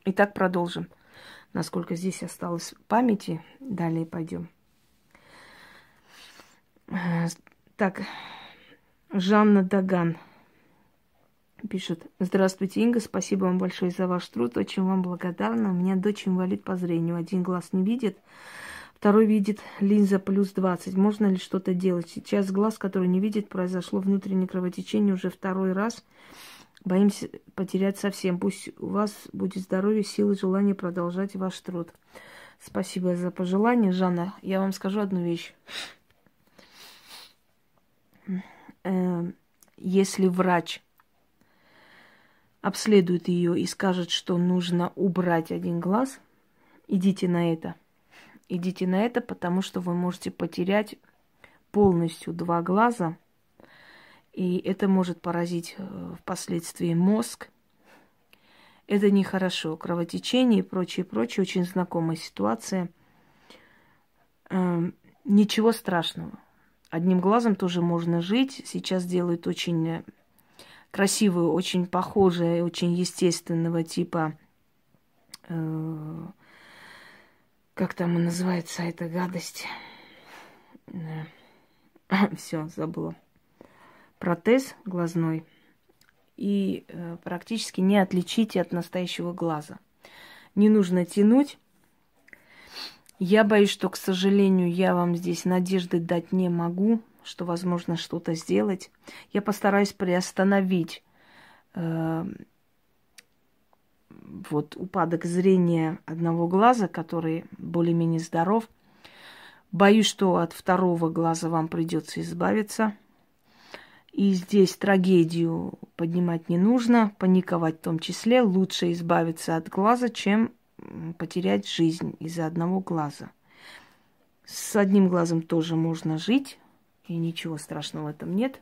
Итак, продолжим. Насколько здесь осталось памяти, далее пойдем. Так, Жанна Даган пишет. Здравствуйте, Инга, спасибо вам большое за ваш труд, очень вам благодарна. У меня дочь инвалид по зрению, один глаз не видит, второй видит, линза плюс 20. Можно ли что-то делать? Сейчас глаз, который не видит, произошло внутреннее кровотечение уже второй раз. Боимся потерять совсем. Пусть у вас будет здоровье, силы, желание продолжать ваш труд. Спасибо за пожелание, Жанна. Я вам скажу одну вещь. Если врач обследует ее и скажет, что нужно убрать один глаз, идите на это. Идите на это, потому что вы можете потерять полностью два глаза, и это может поразить впоследствии мозг. Это нехорошо. Кровотечение и прочее, прочее. Очень знакомая ситуация. Ничего страшного. Одним глазом тоже можно жить. Сейчас делают очень красивую, очень похожую, очень естественного типа, как там и называется эта гадость? Все, забыла. Протез глазной. И практически не отличите от настоящего глаза. Не нужно тянуть. Я боюсь, что, к сожалению, я вам здесь надежды дать не могу, что возможно что-то сделать. Я постараюсь приостановить вот упадок зрения одного глаза, который более-менее здоров. Боюсь, что от второго глаза вам придется избавиться. И здесь трагедию поднимать не нужно, паниковать в том числе. Лучше избавиться от глаза, чем потерять жизнь из-за одного глаза. С одним глазом тоже можно жить, и ничего страшного в этом нет.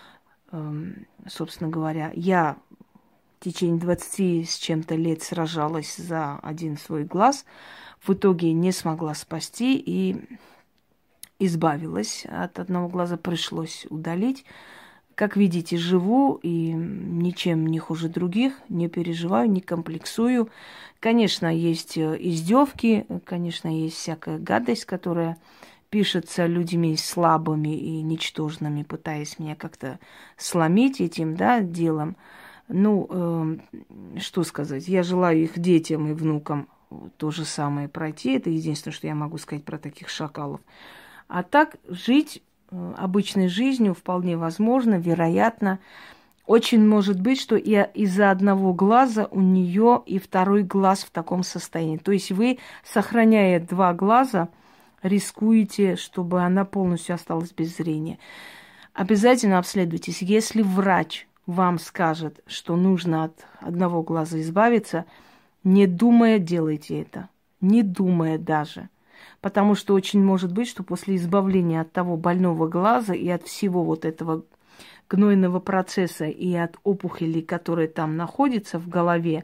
Собственно говоря, я в течение 20 с чем-то лет сражалась за один свой глаз. В итоге не смогла спасти и избавилась от одного глаза, пришлось удалить. Как видите, живу и ничем не хуже других, не переживаю, не комплексую. Конечно, есть издевки, конечно, есть всякая гадость, которая пишется людьми слабыми и ничтожными, пытаясь меня как-то сломить этим, да, делом. Ну, что сказать, я желаю их детям и внукам то же самое пройти. Это единственное, что я могу сказать про таких шакалов. А так жить обычной жизнью вполне возможно, вероятно. Очень может быть, что и из-за одного глаза у нее и второй глаз в таком состоянии. То есть вы, сохраняя два глаза, рискуете, чтобы она полностью осталась без зрения. Обязательно обследуйтесь. Если врач вам скажет, что нужно от одного глаза избавиться, не думая, делайте это. Не думая даже. Потому что очень может быть, что после избавления от того больного глаза и от всего вот этого гнойного процесса и от опухолей, которые там находятся в голове,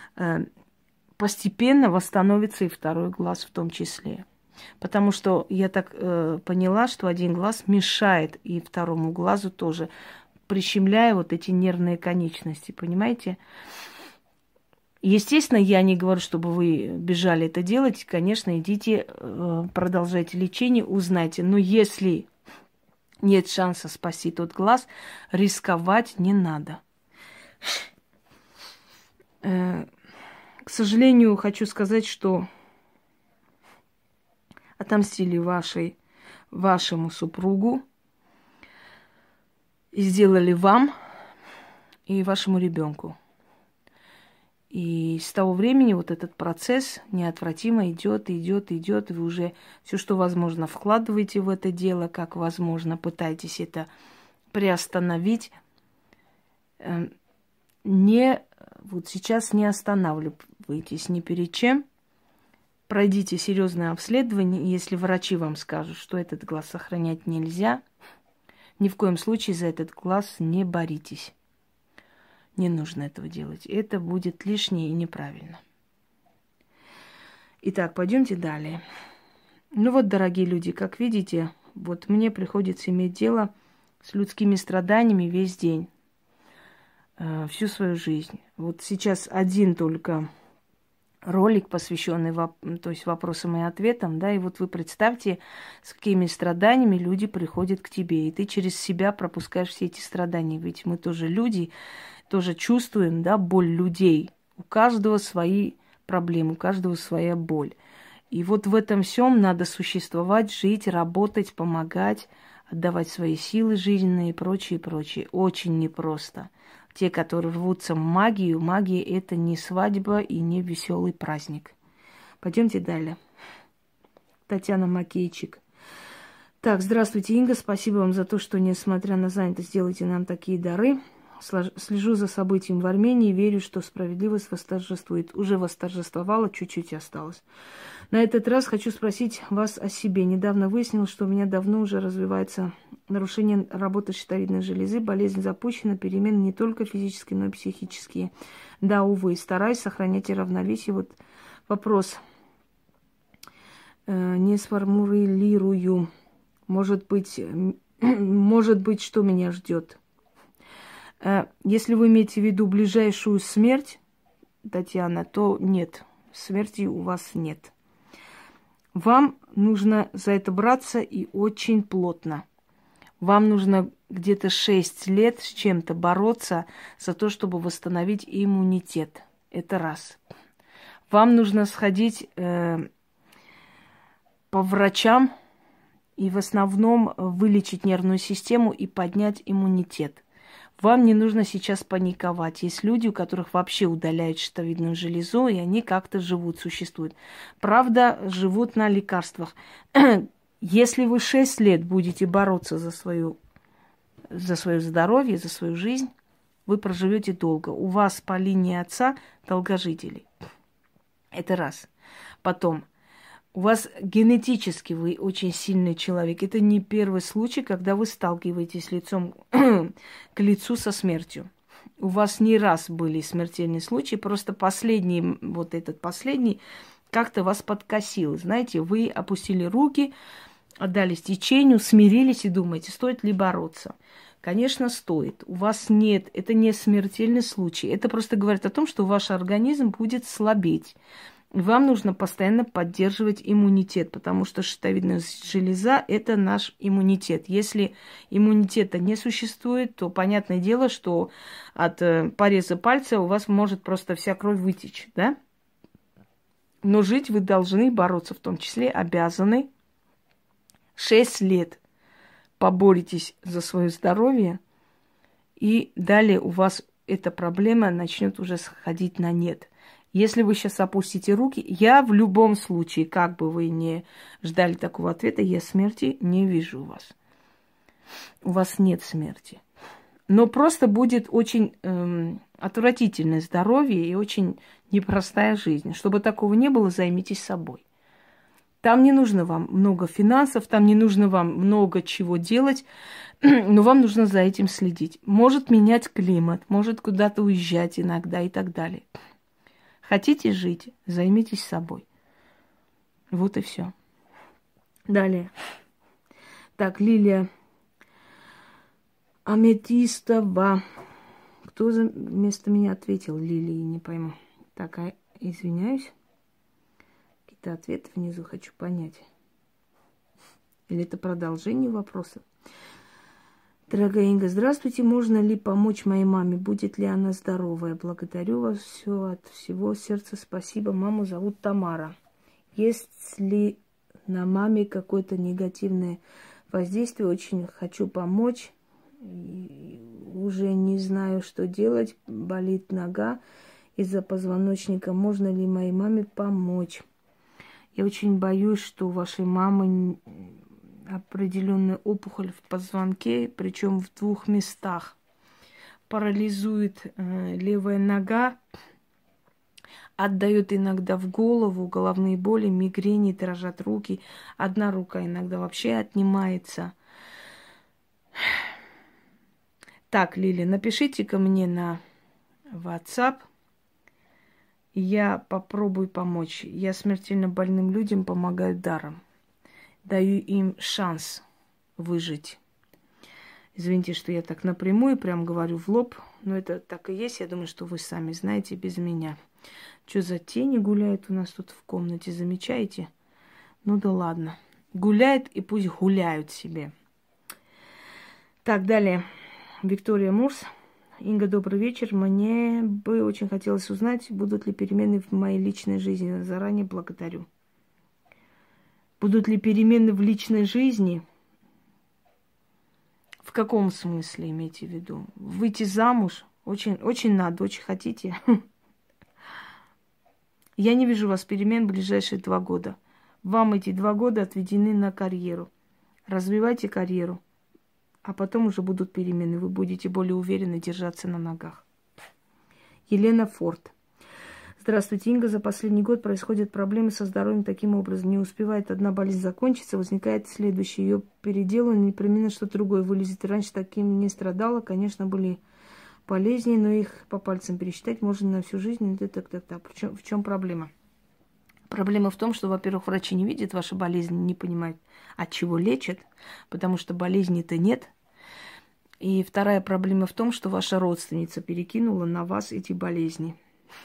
постепенно восстановится и второй глаз в том числе. Потому что я так поняла, что один глаз мешает и второму глазу тоже, прищемляя вот эти нервные конечности, понимаете? Естественно, я не говорю, чтобы вы бежали это делать. Конечно, идите, продолжайте лечение, узнайте. Но если нет шанса спасти тот глаз, рисковать не надо. К сожалению, хочу сказать, что отомстили вашему супругу и сделали вам и вашему ребенку. И с того времени вот этот процесс неотвратимо идет. Вы уже все, что возможно, вкладываете в это дело, как возможно, пытаетесь это приостановить. Вот сейчас не останавливайтесь ни перед чем. Пройдите серьезное обследование. Если врачи вам скажут, что этот глаз сохранять нельзя, ни в коем случае за этот глаз не боритесь. Не нужно этого делать. Это будет лишнее и неправильно. Итак, пойдемте далее. Ну вот, дорогие люди, как видите, вот мне приходится иметь дело с людскими страданиями весь день, всю свою жизнь. Вот сейчас один только ролик, посвященный то есть вопросам и ответам, да, и вот вы представьте, с какими страданиями люди приходят к тебе, и ты через себя пропускаешь все эти страдания, ведь мы тоже люди, тоже чувствуем, да, боль людей. У каждого свои проблемы, у каждого своя боль. И вот в этом всем надо существовать, жить, работать, помогать, отдавать свои силы жизненные и прочее, прочее. Очень непросто. Те, которые рвутся в магию, магия – это не свадьба и не веселый праздник. Пойдемте далее. Татьяна Макейчик. Так, здравствуйте, Инга. Спасибо вам за то, что, несмотря на занятость, делаете нам такие дары. Слежу за событием в Армении, верю, что справедливость восторжествует. Уже восторжествовала, чуть-чуть осталось. На этот раз хочу спросить вас о себе. Недавно выяснилось, что у меня давно уже развивается нарушение работы щитовидной железы. Болезнь запущена, перемены не только физические, но и психические. Да, увы, стараюсь сохранять равновесие. Вот вопрос. Не сформулирую. Может быть, что меня ждет? Если вы имеете в виду ближайшую смерть, Татьяна, то нет, смерти у вас нет. Вам нужно за это браться и очень плотно. Вам нужно где-то 6 лет с чем-то бороться за то, чтобы восстановить иммунитет. Это раз. Вам нужно сходить по врачам и в основном вылечить нервную систему и поднять иммунитет. Вам не нужно сейчас паниковать. Есть люди, у которых вообще удаляют щитовидную железу, и они как-то живут, существуют. Правда, живут на лекарствах. Если вы 6 лет будете бороться за свое здоровье, за свою жизнь, вы проживете долго. У вас по линии отца долгожители. Это раз. Потом, у вас генетически вы очень сильный человек. Это не первый случай, когда вы сталкиваетесь лицом к лицу со смертью. У вас не раз были смертельные случаи, просто последний, вот этот последний, как-то вас подкосил. Знаете, вы опустили руки, отдались течению, смирились и думаете, стоит ли бороться. Конечно, стоит. У вас нет, это не смертельный случай. Это просто говорит о том, что ваш организм будет слабеть. Вам нужно постоянно поддерживать иммунитет, потому что щитовидная железа – это наш иммунитет. Если иммунитета не существует, то понятное дело, что от пореза пальца у вас может просто вся кровь вытечь, да? Но жить вы должны, бороться в том числе, обязаны. 6 лет поборитесь за свое здоровье, и далее у вас эта проблема начнет уже сходить на нет. Если вы сейчас опустите руки, я в любом случае, как бы вы ни ждали такого ответа, я смерти не вижу у вас. У вас нет смерти. Но просто будет очень отвратительное здоровье и очень непростая жизнь. Чтобы такого не было, займитесь собой. Там не нужно вам много финансов, там не нужно вам много чего делать, но вам нужно за этим следить. Может менять климат, может куда-то уезжать иногда и так далее. Хотите жить, займитесь собой. Вот и все. Далее. Так, Лилия Аметистова. Кто вместо меня ответил? Лилии, не пойму. Так, извиняюсь. Какие-то ответы внизу хочу понять. Или это продолжение вопроса? Дорогая Инга, здравствуйте. Можно ли помочь моей маме? Будет ли она здоровая? Благодарю вас все от всего сердца. Спасибо. Маму зовут Тамара. Есть ли на маме какое-то негативное воздействие? Очень хочу помочь. И уже не знаю, что делать. Болит нога из-за позвоночника. Можно ли моей маме помочь? Я очень боюсь, что у вашей мамы определенная опухоль в позвонке, причем в 2 местах. Парализует левая нога, отдает иногда в голову, головные боли, мигрени, дрожат руки. Одна рука иногда вообще отнимается. Так, Лили, напишите ко мне на WhatsApp. Я попробую помочь. Я смертельно больным людям помогаю даром. Даю им шанс выжить. Извините, что я так напрямую прям говорю в лоб, но это так и есть. Я думаю, что вы сами знаете без меня. Что за тени гуляют у нас тут в комнате, замечаете? Ну да ладно. Гуляют и пусть гуляют себе. Так, далее. Виктория Мурс. Инга, добрый вечер. Мне бы очень хотелось узнать, будут ли перемены в моей личной жизни. Заранее благодарю. Будут ли перемены в личной жизни? В каком смысле имеете в виду? Выйти замуж? Очень, очень надо, очень хотите. Я не вижу у вас перемен в ближайшие 2 года. Вам эти 2 года отведены на карьеру. Развивайте карьеру. А потом уже будут перемены. Вы будете более уверенно держаться на ногах. Елена Форд. Здравствуйте, Инга. За последний год происходят проблемы со здоровьем таким образом. Не успевает одна болезнь закончиться, возникает следующая. Ее переделывание, непременно что-то другое вылезет. Раньше таким не страдала. Конечно, были болезни, но их по пальцам пересчитать можно на всю жизнь. В чем проблема? Проблема в том, что, во-первых, врачи не видят ваши болезни, не понимают, от чего лечат, потому что болезни-то нет. И вторая проблема в том, что ваша родственница перекинула на вас эти болезни.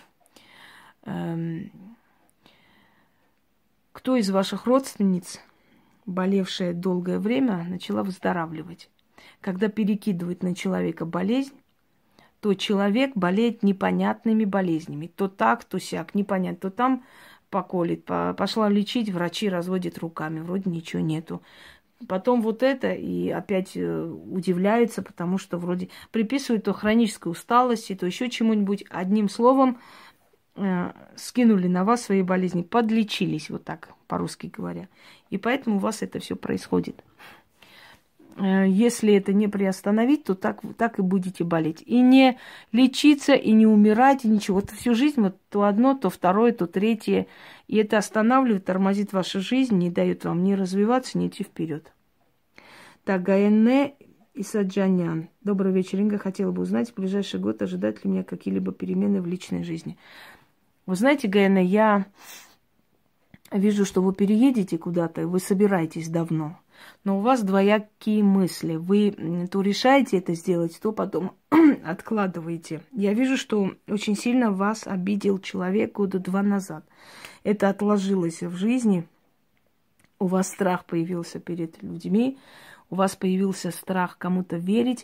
Кто из ваших родственниц, болевшая долгое время, начала выздоравливать? Когда перекидывают на человека болезнь, то человек болеет непонятными болезнями. То так, то сяк, непонятно. То там поколет, пошла лечить, врачи разводят руками, вроде ничего нету. Потом вот это, и опять удивляются, потому что вроде приписывают то хронической усталости, то еще чему-нибудь. Одним словом, скинули на вас свои болезни, подлечились, вот так, по-русски говоря. И поэтому у вас это все происходит. Если это не приостановить, то так и будете болеть. И не лечиться, и не умирать, и ничего. Вот всю жизнь вот то одно, то второе, то третье. И это останавливает, тормозит вашу жизнь, не дает вам ни развиваться, ни идти вперед. Так, Гаенне Исаджанян. Добрый вечер, Инга. Хотела бы узнать, в ближайший год ожидать ли меня какие-либо перемены в личной жизни. Вы знаете, Гаенне, я вижу, что вы переедете куда-то, вы собираетесь давно. Но у вас двоякие мысли. Вы то решаете это сделать, то потом откладываете. Я вижу, что очень сильно вас обидел человек 2 года назад. Это отложилось в жизни. У вас страх появился перед людьми. У вас появился страх кому-то верить.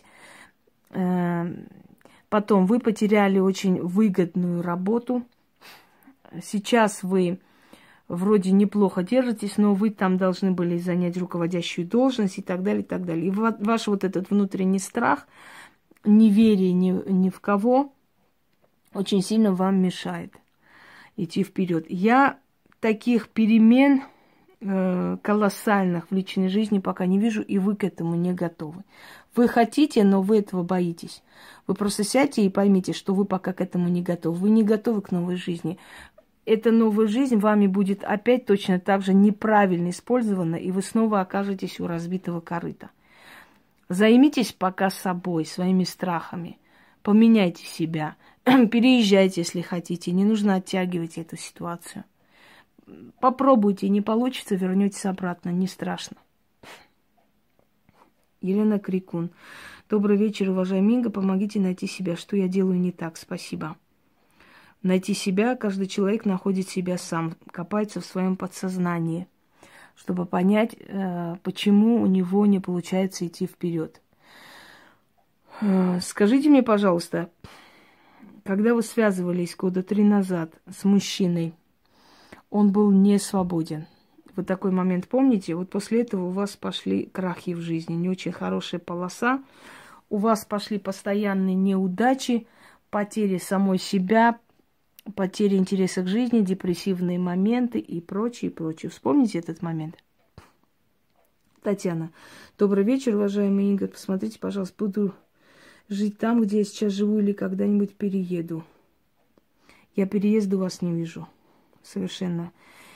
Потом вы потеряли очень выгодную работу. Сейчас вы вроде неплохо держитесь, но вы там должны были занять руководящую должность и так далее, и так далее. И ваш вот этот внутренний страх, неверие ни в кого, очень сильно вам мешает идти вперед. Я таких перемен колоссальных в личной жизни пока не вижу, и вы к этому не готовы. Вы хотите, но вы этого боитесь. Вы просто сядьте и поймите, что вы пока к этому не готовы. Вы не готовы к новой жизни. Эта новая жизнь вами будет опять точно так же неправильно использована, и вы снова окажетесь у разбитого корыта. Займитесь пока собой, своими страхами. Поменяйте себя. Переезжайте, если хотите. Не нужно оттягивать эту ситуацию. Попробуйте, не получится, вернетесь обратно. Не страшно. Елена Крикун. Добрый вечер, уважаемый Инга. Помогите найти себя. Что я делаю не так? Спасибо. Найти себя, каждый человек находит себя сам, копается в своем подсознании, чтобы понять, почему у него не получается идти вперед. Скажите мне, пожалуйста, когда вы связывались 3 года назад с мужчиной, он был не свободен. Вы такой момент помните? Вот после этого у вас пошли крахи в жизни, не очень хорошая полоса, у вас пошли постоянные неудачи, потери самой себя, потери интереса к жизни, депрессивные моменты и прочее, прочее. Вспомните этот момент. Татьяна. Добрый вечер, уважаемый Инга. Посмотрите, пожалуйста, буду жить там, где я сейчас живу, или когда-нибудь перееду. Я переезда у вас не вижу. Совершенно.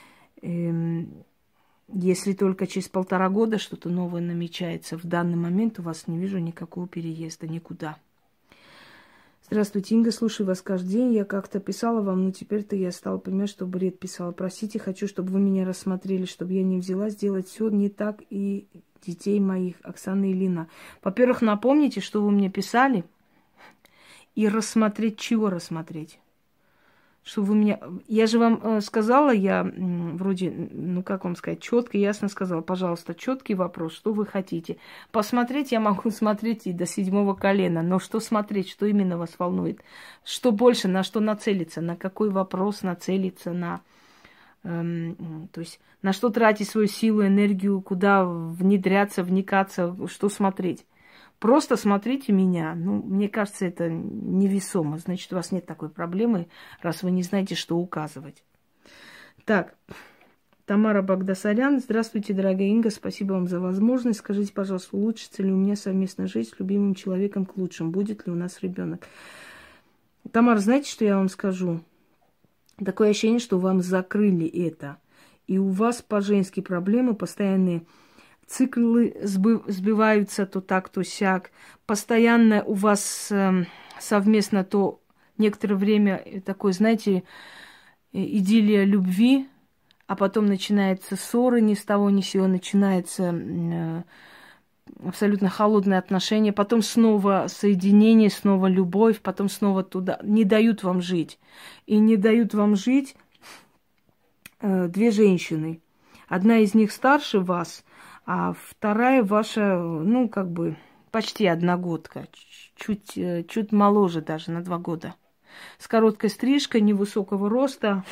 Если только через 1,5 года что-то новое намечается, в данный момент у вас не вижу никакого переезда никуда. Здравствуйте, Инга, слушаю вас каждый день. Я как-то писала вам, но теперь-то я стала понимать, что бред писала. Простите, хочу, чтобы вы меня рассмотрели, чтобы я не взяла сделать все не так и детей моих, Оксана и Лина. Во-первых, напомните, что вы мне писали, и рассмотреть, чего рассмотреть. Что вы меня... Я же вам сказала, я вроде, ну как вам сказать, четко, ясно сказала, пожалуйста, четкий вопрос, что вы хотите. Посмотреть я могу смотреть и до 7 колена, но что смотреть, что именно вас волнует? Что больше, на что нацелиться, на какой вопрос нацелиться, то есть на что тратить свою силу, энергию, куда внедряться, вникаться, что смотреть? Просто смотрите меня. Ну, мне кажется, это невесомо. Значит, у вас нет такой проблемы, раз вы не знаете, что указывать. Так, Тамара Багдасарян. Здравствуйте, дорогая Инга. Спасибо вам за возможность. Скажите, пожалуйста, улучшится ли у меня совместная жизнь с любимым человеком к лучшему? Будет ли у нас ребенок? Тамара, знаете, что я вам скажу? Такое ощущение, что вам закрыли это. И у вас по-женски проблемы постоянные. Циклы сбиваются то так, то сяк. Постоянно у вас совместно то некоторое время такое, знаете, идиллия любви, а потом начинаются ссоры ни с того ни с сего, начинается абсолютно холодные отношения, потом снова соединение, снова любовь, потом снова туда. Не дают вам жить. И не дают вам жить две женщины. Одна из них старше вас, а вторая ваша, ну, как бы, почти одногодка, чуть моложе даже, на 2 года. С короткой стрижкой, невысокого роста.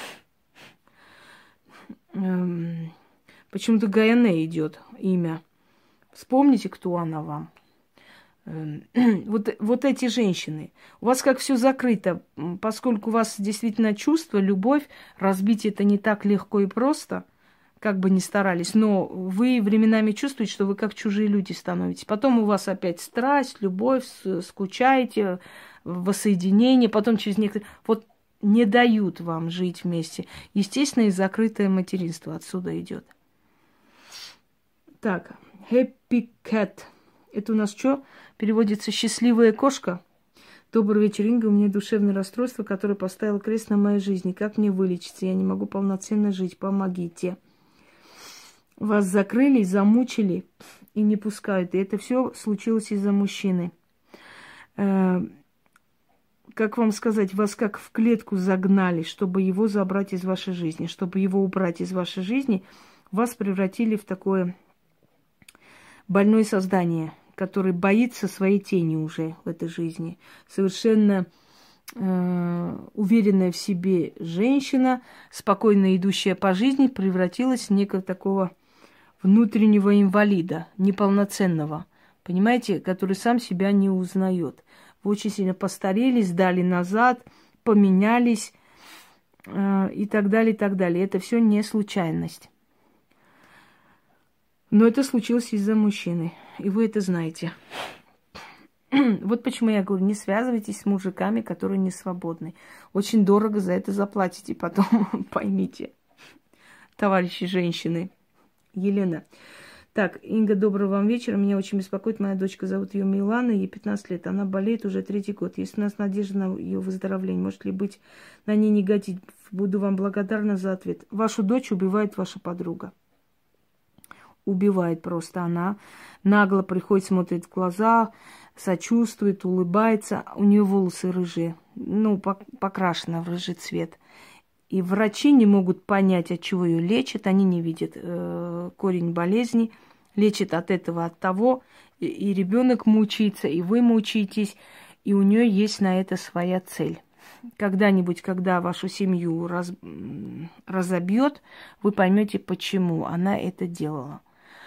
Почему-то Гаяне идет имя. Вспомните, кто она вам. Вот эти женщины. У вас как все закрыто, поскольку у вас действительно чувство, любовь, разбить это не так легко и просто, как бы ни старались, но вы временами чувствуете, что вы как чужие люди становитесь. Потом у вас опять страсть, любовь, скучаете, воссоединение, потом через некоторые... Вот не дают вам жить вместе. Естественно, и закрытое материнство отсюда идет. Так, Happy Cat. Это у нас что? Переводится «счастливая кошка». Добрый вечер, Инга. У меня душевное расстройство, которое поставило крест на моей жизни. Как мне вылечиться? Я не могу полноценно жить. Помогите. Вас закрыли, замучили и не пускают. И это все случилось из-за мужчины. Как вам сказать, вас как в клетку загнали, чтобы его забрать из вашей жизни. Чтобы его убрать из вашей жизни, вас превратили в такое больное создание, который боится своей тени уже в этой жизни. Совершенно уверенная в себе женщина, спокойно идущая по жизни, превратилась в некого такого внутреннего инвалида, неполноценного, понимаете, который сам себя не узнает. Вы очень сильно постарели, сдали назад, поменялись и так далее, и так далее. Это все не случайность. Но это случилось из-за мужчины, и вы это знаете. Вот почему я говорю, не связывайтесь с мужиками, которые не свободны. Очень дорого за это заплатите потом, поймите, товарищи женщины. Елена. Так, Инга, доброго вам вечера. Меня очень беспокоит моя дочка, зовут ее Милана, ей 15 лет. Она болеет уже 3-й год. Есть у нас надежда на ее выздоровление. Может ли быть на ней негатив? Буду вам благодарна за ответ. Вашу дочь убивает ваша подруга. Убивает просто. Она нагло приходит, смотрит в глаза, сочувствует, улыбается. У нее волосы рыжие, ну, покрашены в рыжий цвет. И врачи не могут понять, от чего ее лечат. Они не видят корень болезни. Лечат от этого, от того. И ребенок мучается, и вы мучаетесь. И у нее есть на это своя цель. Когда-нибудь, когда вашу семью разобьет, вы поймете, почему она это делала.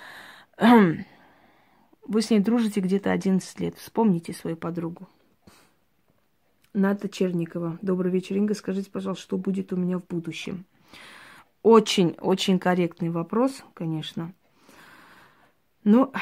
Вы с ней дружите где-то 11 лет. Вспомните свою подругу. Ната Черникова. Добрый вечер, Инга. Скажите, пожалуйста, что будет у меня в будущем? Очень корректный вопрос, конечно. Но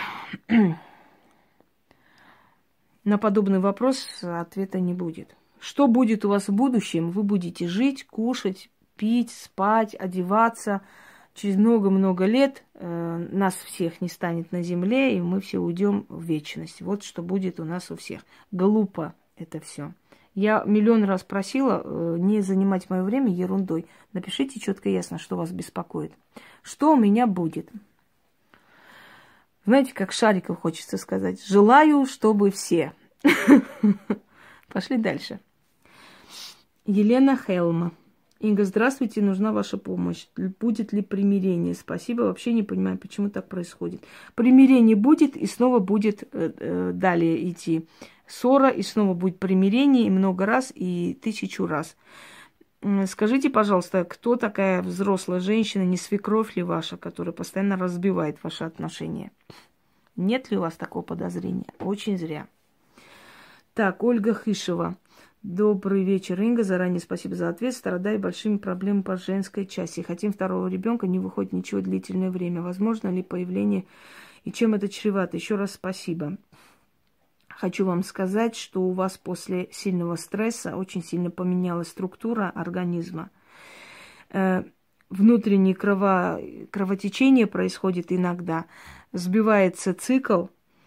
на подобный вопрос ответа не будет. Что будет у вас в будущем? Вы будете жить, кушать, пить, спать, одеваться. Через много-много лет нас всех не станет на земле, и мы все уйдем в вечность. Вот что будет у нас у всех. Глупо это все. Я миллион раз просила не занимать мое время ерундой. Напишите четко и ясно, что вас беспокоит. Что у меня будет? Знаете, как Шариков хочется сказать. Желаю, чтобы все. Пошли дальше. Елена Хелма. Инга, здравствуйте, нужна ваша помощь. Будет ли примирение? Спасибо, вообще не понимаю, почему так происходит. Примирение будет, и снова будет далее идти ссора, и снова будет примирение, и много раз, и 1000 раз. Скажите, пожалуйста, кто такая взрослая женщина, не свекровь ли ваша, которая постоянно разбивает ваши отношения? Нет ли у вас такого подозрения? Очень зря. Так, Ольга Хышева. Добрый вечер, Инга. Заранее спасибо за ответ. Страдаю большими проблемами по женской части. Хотим второго ребенка, не выходит ничего длительное время. Возможно ли появление и чем это чревато? Еще раз спасибо. Хочу вам сказать, что у вас после сильного стресса очень сильно поменялась структура организма. Внутреннее кровотечение происходит иногда. Сбивается цикл.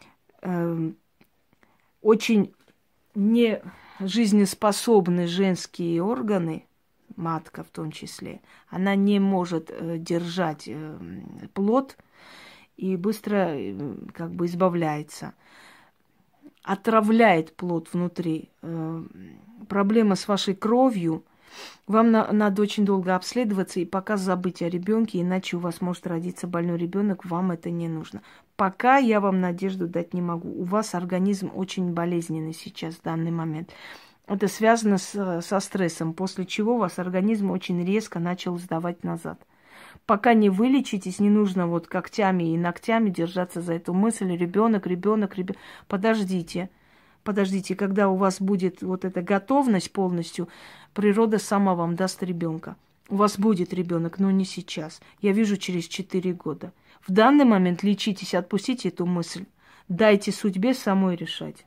Очень не жизнеспособны женские органы, матка в том числе, она не может держать плод и быстро как бы избавляется. Отравляет плод внутри. Проблема с вашей кровью. Вам надо очень долго обследоваться и пока забыть о ребенке, иначе у вас может родиться больной ребенок, вам это не нужно. Пока я вам надежду дать не могу. У вас организм очень болезненный сейчас, в данный момент. Это связано со стрессом, после чего у вас организм очень резко начал сдавать назад. Пока не вылечитесь, не нужно вот когтями и ногтями держаться за эту мысль. Ребенок. Подождите. Подождите, когда у вас будет вот эта готовность полностью, природа сама вам даст ребенка. У вас будет ребенок, но не сейчас. Я вижу через 4 года. В данный момент лечитесь, отпустите эту мысль. Дайте судьбе самой решать.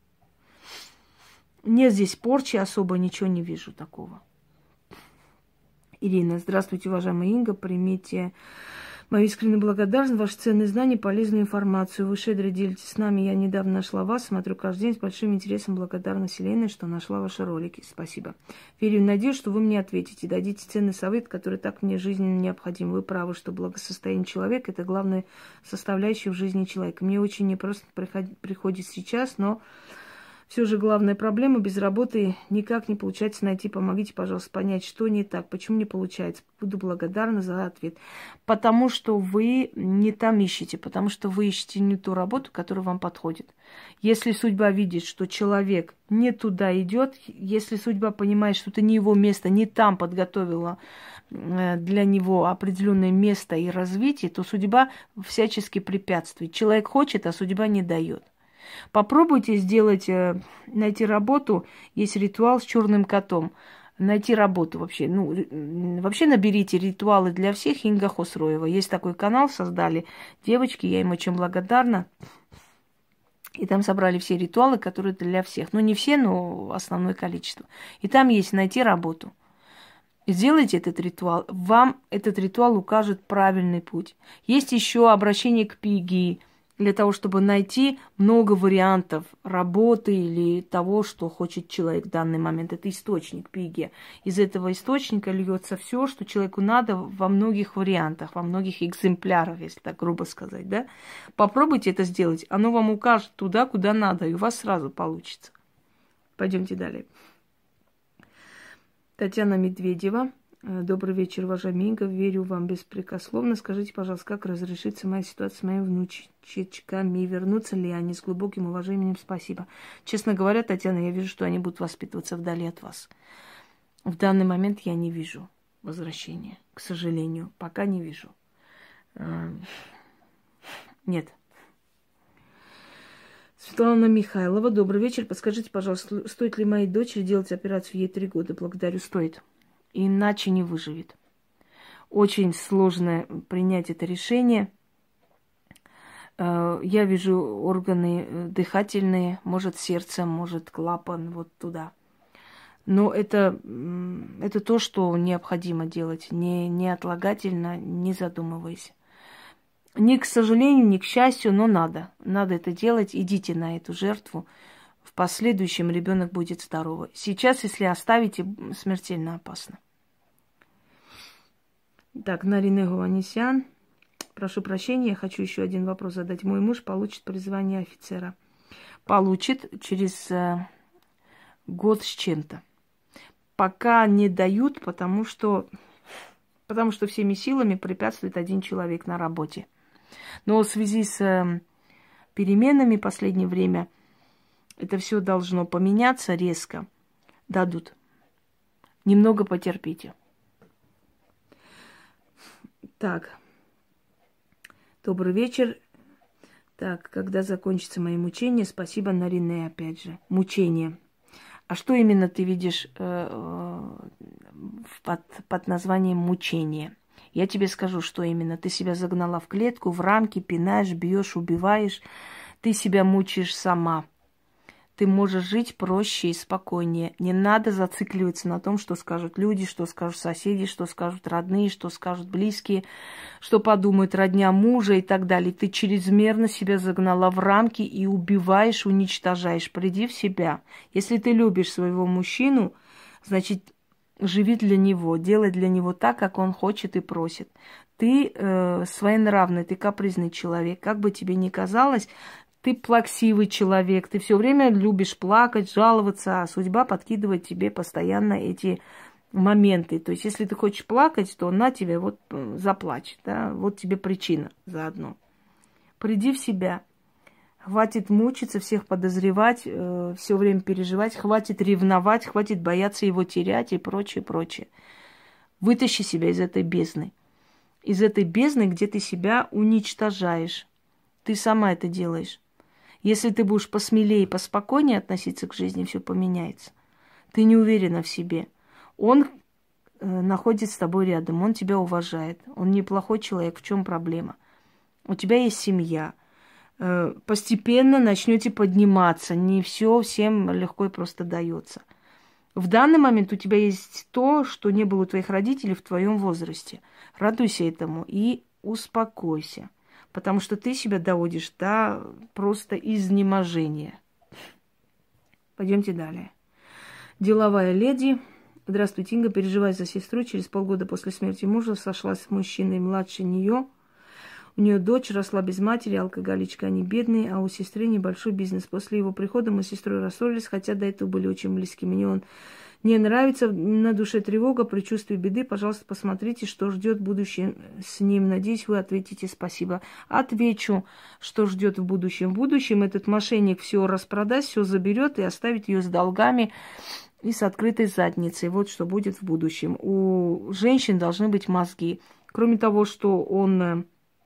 Нет здесь порчи, особо ничего не вижу такого. Ирина, здравствуйте, уважаемая Инга. Примите мою искреннюю благодарность, ваши ценные знания, полезную информацию. Вы щедро делитесь с нами. Я недавно нашла вас, смотрю каждый день с большим интересом. Благодарна Вселенной, что нашла ваши ролики. Спасибо. Верю и надеюсь, что вы мне ответите. Дадите ценный совет, который так мне жизненно необходим. Вы правы, что благосостояние человека – это главная составляющая в жизни человека. Мне очень непросто приходит сейчас, но все же главная проблема без работы никак не получается найти. Помогите, пожалуйста, понять, что не так, почему не получается. Буду благодарна за ответ. Потому что вы не там ищете, потому что вы ищете не ту работу, которая вам подходит. Если судьба видит, что человек не туда идет, если судьба понимает, что это не его место, не там подготовила для него определенное место и развитие, то судьба всячески препятствует. Человек хочет, а судьба не дает. Попробуйте сделать, найти работу. Есть ритуал с черным котом. Найти работу вообще. Вообще наберите ритуалы для всех Инга Хосроева. Есть такой канал, создали девочки, я им очень благодарна. И там собрали все ритуалы, которые для всех. Не все, но основное количество. И там есть найти работу. Сделайте этот ритуал. Вам этот ритуал укажет правильный путь. Есть еще обращение к Пиги. Для того, чтобы найти много вариантов работы или того, что хочет человек в данный момент. Это источник Пиги. Из этого источника льется все, что человеку надо во многих вариантах, во многих экземплярах, если так грубо сказать. Да? Попробуйте это сделать. Оно вам укажет туда, куда надо, и у вас сразу получится. Пойдемте далее. Татьяна Медведева. Добрый вечер, уважаемая Инга. Верю вам беспрекословно. Скажите, пожалуйста, как разрешится моя ситуация с моими внучечками? Вернутся ли они? С глубоким уважением спасибо. Честно говоря, Татьяна, я вижу, что они будут воспитываться вдали от вас. В данный момент я не вижу возвращения, к сожалению. Пока не вижу. Нет. Светлана Михайлова. Добрый вечер. Подскажите, пожалуйста, стоит ли моей дочери делать операцию? Ей 3 года. Благодарю. Стоит. Иначе не выживет. Очень сложно принять это решение. Я вижу органы дыхательные, может сердце, может клапан, вот туда. Но это то, что необходимо делать, не отлагательно, не задумываясь. Ни к сожалению, ни к счастью, но надо. Надо это делать. Идите на эту жертву. В последующем ребенок будет здоровый. Сейчас, если оставите, смертельно опасно. Так, Нарина Гуанисян. Прошу прощения, я хочу еще один вопрос задать. Мой муж получит призвание офицера. Получит через год с чем-то. Пока не дают, потому что всеми силами препятствует один человек на работе. Но в связи с переменами в последнее время это все должно поменяться резко. Дадут. Немного потерпите. Так. Добрый вечер. Так, когда закончится мои мучения? Спасибо, Нарине, опять же. Мучения. А что именно ты видишь под названием мучение? Я тебе скажу, что именно. Ты себя загнала в клетку, в рамки, пинаешь, бьешь, убиваешь. Ты себя мучаешь сама. Ты можешь жить проще и спокойнее. Не надо зацикливаться на том, что скажут люди, что скажут соседи, что скажут родные, что скажут близкие, что подумают родня мужа и так далее. Ты чрезмерно себя загнала в рамки и убиваешь, уничтожаешь. Приди в себя. Если ты любишь своего мужчину, значит, живи для него, делай для него так, как он хочет и просит. Ты своенравный, ты капризный человек. Как бы тебе ни казалось, ты плаксивый человек, ты все время любишь плакать, жаловаться, а судьба подкидывает тебе постоянно эти моменты. То есть, если ты хочешь плакать, то на тебе вот заплачь, да, вот тебе причина заодно. Приди в себя, хватит мучиться, всех подозревать, все время переживать, хватит ревновать, хватит бояться его терять и прочее, прочее. Вытащи себя из этой бездны. Из этой бездны, где ты себя уничтожаешь. Ты сама это делаешь. Если ты будешь посмелее и поспокойнее относиться к жизни, все поменяется. Ты не уверена в себе. Он находится с тобой рядом, он тебя уважает. Он неплохой человек, в чем проблема? У тебя есть семья. Постепенно начнете подниматься. Не все всем легко и просто дается. В данный момент у тебя есть то, что не было у твоих родителей в твоем возрасте. Радуйся этому и успокойся. Потому что ты себя доводишь до просто изнеможения. Пойдемте далее. Деловая леди. Здравствуйте, Инга. Переживаю за сестру. Через полгода после смерти мужа сошлась с мужчиной младше нее. У нее дочь росла без матери, алкоголичка, они бедные, а у сестры небольшой бизнес. После его прихода мы с сестрой рассорились, хотя до этого были очень близки. Мне он не нравится, на душе тревога, предчувствие беды. Пожалуйста, посмотрите, что ждет будущее с ним. Надеюсь, вы ответите спасибо. Отвечу, что ждет в будущем. В будущем этот мошенник все распродаст, все заберет и оставит ее с долгами и с открытой задницей. Вот что будет в будущем. У женщин должны быть мозги. Кроме того, что он,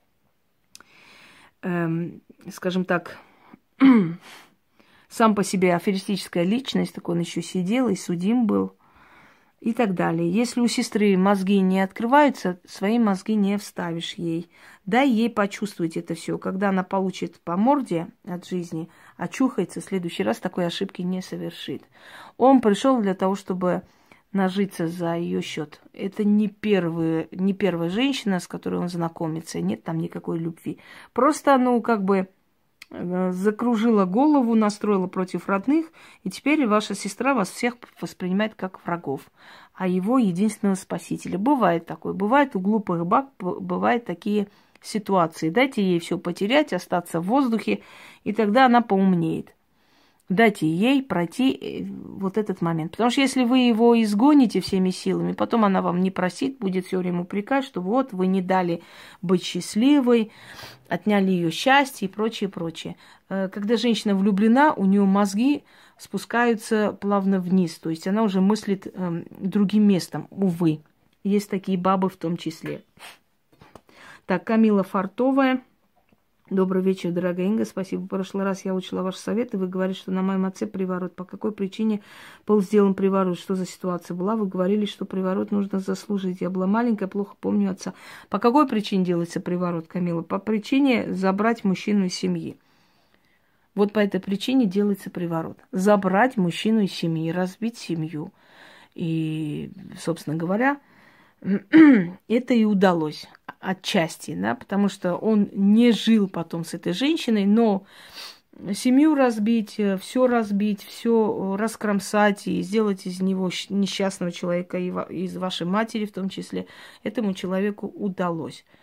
скажем так, сам по себе аферистическая личность, так он еще сидел и судим был и так далее. Если у сестры мозги не открываются, свои мозги не вставишь ей. Дай ей почувствовать это все. Когда она получит по морде от жизни, очухается, в следующий раз такой ошибки не совершит. Он пришел для того, чтобы нажиться за ее счет. Это не первая женщина, с которой он знакомится. Нет там никакой любви. Просто, закружила голову, настроила против родных, и теперь ваша сестра вас всех воспринимает как врагов, а его единственного спасителя. Бывает такое. Бывает у глупых баб, бывают такие ситуации. Дайте ей все потерять, остаться в воздухе, и тогда она поумнеет. Дайте ей пройти вот этот момент. Потому что если вы его изгоните всеми силами, потом она вам не простит, будет все время упрекать, что вот вы не дали быть счастливой, отняли ее счастье и прочее, прочее. Когда женщина влюблена, у нее мозги спускаются плавно вниз. То есть она уже мыслит другим местом, увы. Есть такие бабы в том числе. Так, Камила Фартовая. Добрый вечер, дорогая Инга. Спасибо. В прошлый раз я учила ваши советы. Вы говорили, что на моем отце приворот. По какой причине был сделан приворот? Что за ситуация была? Вы говорили, что приворот нужно заслужить. Я была маленькая, плохо помню отца. По какой причине делается приворот, Камила? По причине забрать мужчину из семьи. Вот по этой причине делается приворот. Забрать мужчину из семьи, разбить семью. И, собственно говоря, это и удалось отчасти, да, потому что он не жил потом с этой женщиной, но семью разбить, все раскромсать и сделать из него несчастного человека, и из вашей матери в том числе, этому человеку удалось.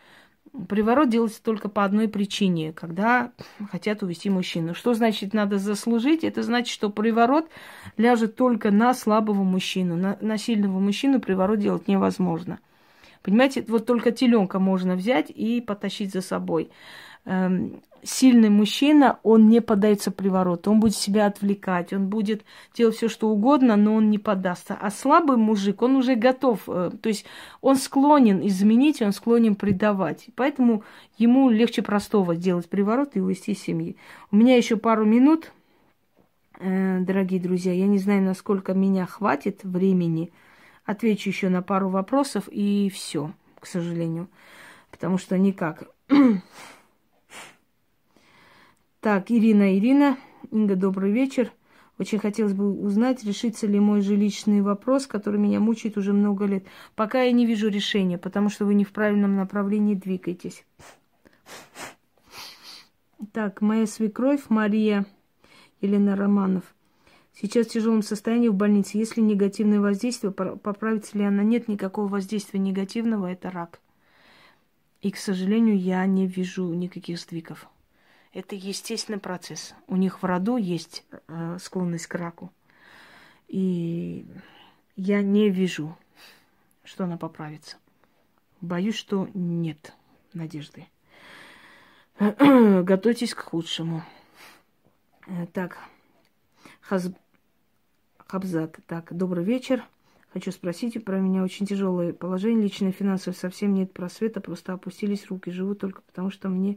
Приворот делается только по одной причине, когда хотят увести мужчину. Что значит надо заслужить? Это значит, что приворот ляжет только на слабого мужчину. На сильного мужчину приворот делать невозможно. Понимаете, вот только теленка можно взять и потащить за собой. Сильный мужчина, он не поддается привороту, он будет себя отвлекать, он будет делать все, что угодно, но он не поддастся. А слабый мужик, он уже готов, то есть он склонен изменить, он склонен предавать. Поэтому ему легче простого сделать приворот и увести из семьи. У меня еще пару минут, дорогие друзья, я не знаю, насколько меня хватит времени. Отвечу еще на пару вопросов и все, к сожалению, потому что никак. Так, Ирина, Инга, добрый вечер. Очень хотелось бы узнать, решится ли мой жилищный вопрос, который меня мучает уже много лет. Пока я не вижу решения, потому что вы не в правильном направлении двигаетесь. Так, моя свекровь Мария Елена Романов. Сейчас в тяжелом состоянии в больнице. Есть ли негативное воздействие, поправится ли она? Нет никакого воздействия негативного, это рак. И, к сожалению, я не вижу никаких сдвигов. Это естественный процесс. У них в роду есть склонность к раку. И я не вижу, что она поправится. Боюсь, что нет надежды. Готовьтесь к худшему. Так, Хабзат. Так, добрый вечер. Хочу спросить, про меня очень тяжелое положение. Личное финансовое совсем нет просвета. Просто опустились руки. Живу только потому, что мне...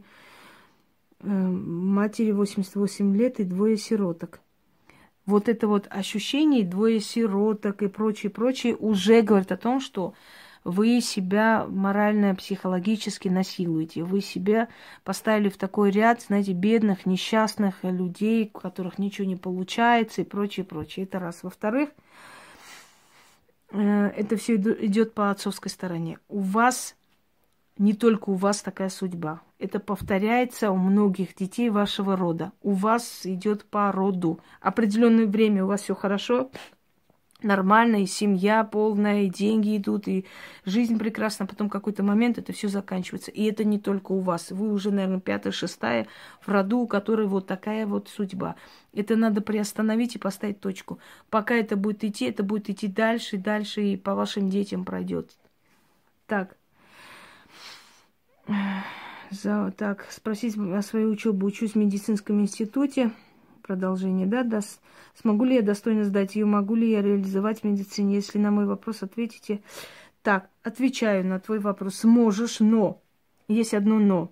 матери 88 лет и 2 сироток. Вот это вот ощущение 2 сироток и прочее уже говорит о том, что вы себя морально, психологически насилуете. Вы себя поставили в такой ряд, знаете, бедных, несчастных людей, у которых ничего не получается и прочее. Это раз. Во-вторых, это все идет по отцовской стороне. Не только у вас такая судьба. Это повторяется у многих детей вашего рода. У вас идет по роду. Определенное время у вас все хорошо, нормально, и семья полная, и деньги идут, и жизнь прекрасна. Потом в какой-то момент это все заканчивается. И это не только у вас. Вы уже, наверное, 5-я, 6-я в роду, у которой вот такая вот судьба. Это надо приостановить и поставить точку. Пока это будет идти дальше, и по вашим детям пройдет. Так. Так, спросить о своей учебе. Учусь в медицинском институте. Продолжение, да? Смогу ли я достойно сдать ее? Могу ли я реализовать в медицине? Если на мой вопрос ответите. Так, отвечаю на твой вопрос. Сможешь, но. Есть одно но.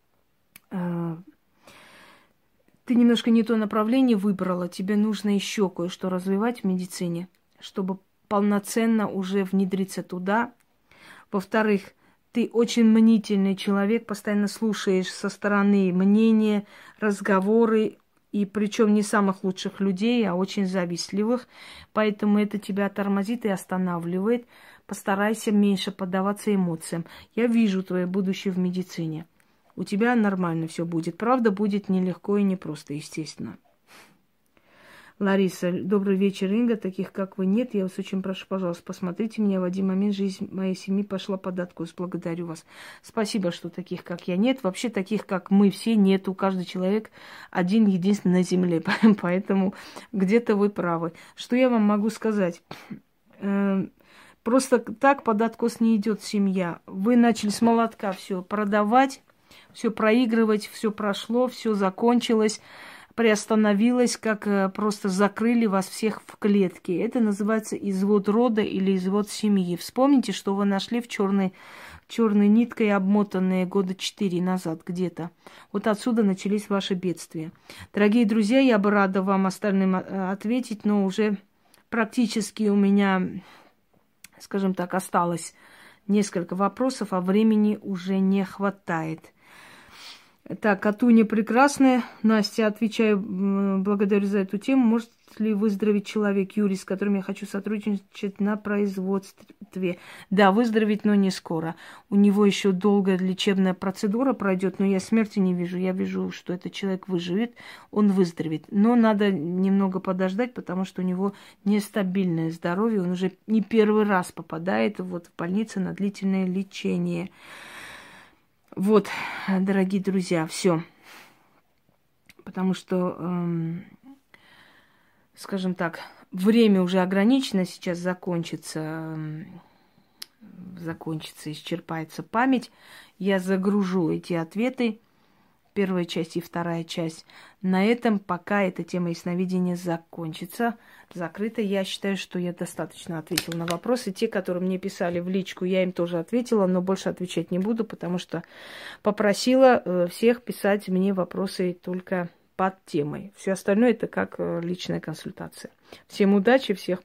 Ты немножко не то направление выбрала. Тебе нужно еще кое-что развивать в медицине, чтобы полноценно уже внедриться туда. Во-вторых, ты очень мнительный человек, постоянно слушаешь со стороны мнения, разговоры, и причем не самых лучших людей, а очень завистливых. Поэтому это тебя тормозит и останавливает. Постарайся меньше поддаваться эмоциям. Я вижу твое будущее в медицине. У тебя нормально все будет. Правда, будет нелегко и непросто, естественно. Лариса, добрый вечер, Инга. Таких, как вы, нет. Я вас очень прошу, пожалуйста, посмотрите меня. В один момент жизнь моей семьи пошла под откос. Благодарю вас. Спасибо, что таких, как я, нет. Вообще, таких, как мы все, нет. У каждого человек один единственный на земле. Поэтому где-то вы правы. Что я вам могу сказать? Просто так под откос не идет семья. Вы начали с молотка все продавать, все проигрывать, все прошло, все закончилось. Приостановилась, как просто закрыли вас всех в клетке. Это называется извод рода или извод семьи. Вспомните, что вы нашли в черной ниткой обмотанные 4 года назад где-то. Вот отсюда начались ваши бедствия. Дорогие друзья, я бы рада вам остальным ответить, но уже практически у меня, скажем так, осталось несколько вопросов, а времени уже не хватает. Так, Катуня прекрасная. Настя, отвечаю, благодарю за эту тему. Может ли выздороветь человек, Юрий, с которым я хочу сотрудничать на производстве? Да, выздороветь, но не скоро. У него еще долгая лечебная процедура пройдет, но я смерти не вижу. Я вижу, что этот человек выживет, он выздоровеет. Но надо немного подождать, потому что у него нестабильное здоровье. Он уже не первый раз попадает вот в больницу на длительное лечение. Вот, дорогие друзья, все. Потому что, скажем так, время уже ограничено, сейчас закончится, исчерпается память. Я загружу эти ответы, первая часть и вторая часть. На этом пока эта тема ясновидения закончится, закрыта. Я считаю, что я достаточно ответила на вопросы. Те, которые мне писали в личку, я им тоже ответила, но больше отвечать не буду, потому что попросила всех писать мне вопросы только под темой. Все остальное это как личная консультация. Всем удачи, всех